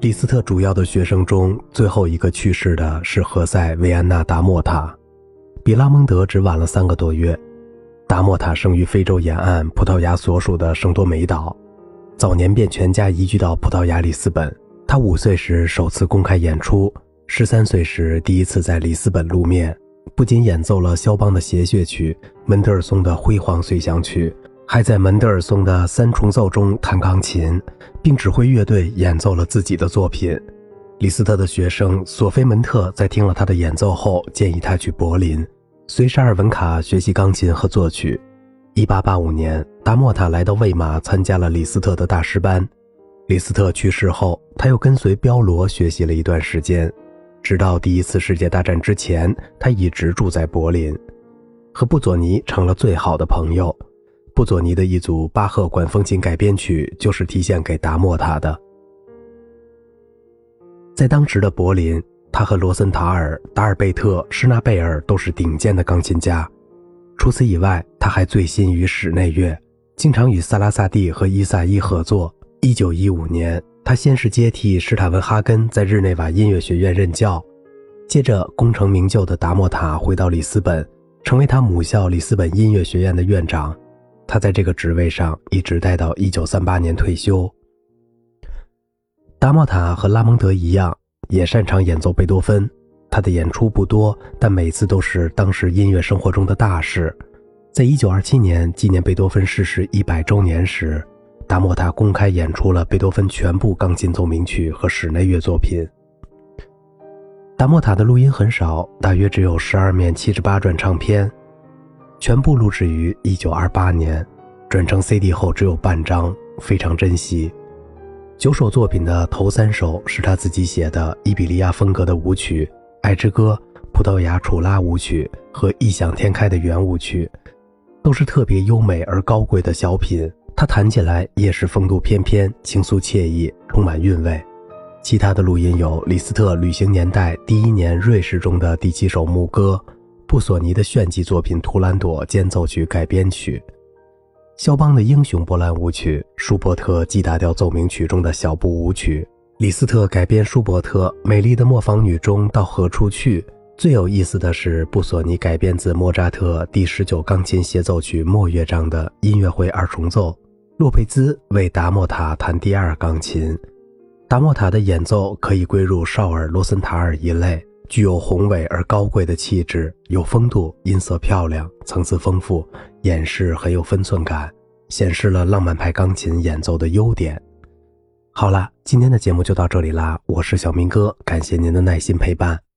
李斯特主要的学生中，最后一个去世的是何塞·维安娜·达莫塔，比拉蒙德只晚了3个多月。达莫塔生于非洲沿岸葡萄牙所属的圣多美岛，早年便全家移居到葡萄牙里斯本。他5岁时首次公开演出，13岁时第一次在里斯本露面，不仅演奏了肖邦的协谑曲、门德尔松的辉煌随想曲，还在门德尔松的3重奏中弹钢琴，并指挥乐队演奏了自己的作品。李斯特的学生索菲门特在听了他的演奏后，建议他去柏林，随沙尔文卡学习钢琴和作曲。1885年，达莫塔来到魏玛参加了李斯特的大师班。李斯特去世后，他又跟随彪罗学习了一段时间，直到第1次世界大战之前，他一直住在柏林，和布佐尼成了最好的朋友。布佐尼的一组巴赫管风琴改编曲就是题献给达莫塔的。在当时的柏林，他和罗森塔尔、达尔贝特、施纳贝尔都是顶尖的钢琴家。除此以外，他还醉心于室内乐，经常与萨拉萨蒂和伊萨伊合作。1915年，他先是接替施塔文哈根在日内瓦音乐学院任教，接着功成名就的达莫塔回到里斯本，成为他母校里斯本音乐学院的院长。他在这个职位上一直待到1938年退休。达莫塔和拉蒙德一样，也擅长演奏贝多芬。他的演出不多，但每次都是当时音乐生活中的大事。在1927年纪念贝多芬逝世100周年时，达莫塔公开演出了贝多芬全部钢琴奏鸣曲和室内乐作品。达莫塔的录音很少，大约只有12面78转唱片，全部录制于1928年，转成 CD 后只有半张，非常珍惜。9首作品的头3首是他自己写的伊比利亚风格的舞曲《爱之歌》、葡萄牙楚拉舞曲和异想天开的圆舞曲，都是特别优美而高贵的小品。他弹起来也是风度翩翩，轻松惬意，充满韵味。其他的录音有李斯特旅行年代第1年瑞士中的第7首牧歌，布索尼的炫技作品《图兰朵》间奏曲改编曲，肖邦的英雄波兰舞曲，舒伯特 G 大调奏鸣曲中的小步舞曲，李斯特改编舒伯特《美丽的磨坊女》中到何处去。最有意思的是布索尼改编自莫扎特第19钢琴协奏曲末乐章的音乐会2重奏，洛佩兹为达莫塔弹第2钢琴。达莫塔的演奏可以归入绍尔罗森塔尔一类，具有宏伟而高贵的气质，有风度，音色漂亮，层次丰富，演示很有分寸感，显示了浪漫派钢琴演奏的优点。好了，今天的节目就到这里啦，我是小明哥，感谢您的耐心陪伴。